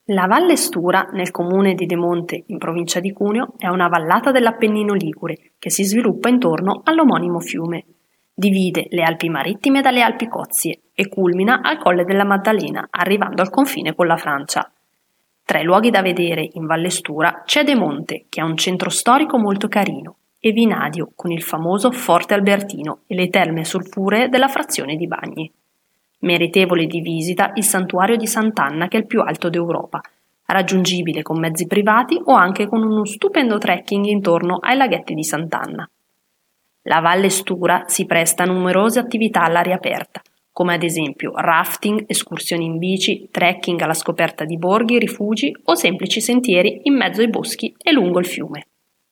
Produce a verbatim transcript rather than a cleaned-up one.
La Valle Stura, nel comune di De Monte, in provincia di Cuneo, è una vallata dell'Appennino Ligure che si sviluppa intorno all'omonimo fiume. Divide le Alpi Marittime dalle Alpi Cozie e culmina al Colle della Maddalena, arrivando al confine con la Francia. Tra i luoghi da vedere in Valle Stura c'è De Monte, che ha un centro storico molto carino, e Vinadio, con il famoso Forte Albertino e le terme sulfuree della frazione di Bagni. Meritevole di visita il santuario di Sant'Anna, che è il più alto d'Europa, raggiungibile con mezzi privati o anche con uno stupendo trekking intorno ai laghetti di Sant'Anna. La Valle Stura si presta a numerose attività all'aria aperta, come ad esempio rafting, escursioni in bici, trekking alla scoperta di borghi, rifugi o semplici sentieri in mezzo ai boschi e lungo il fiume.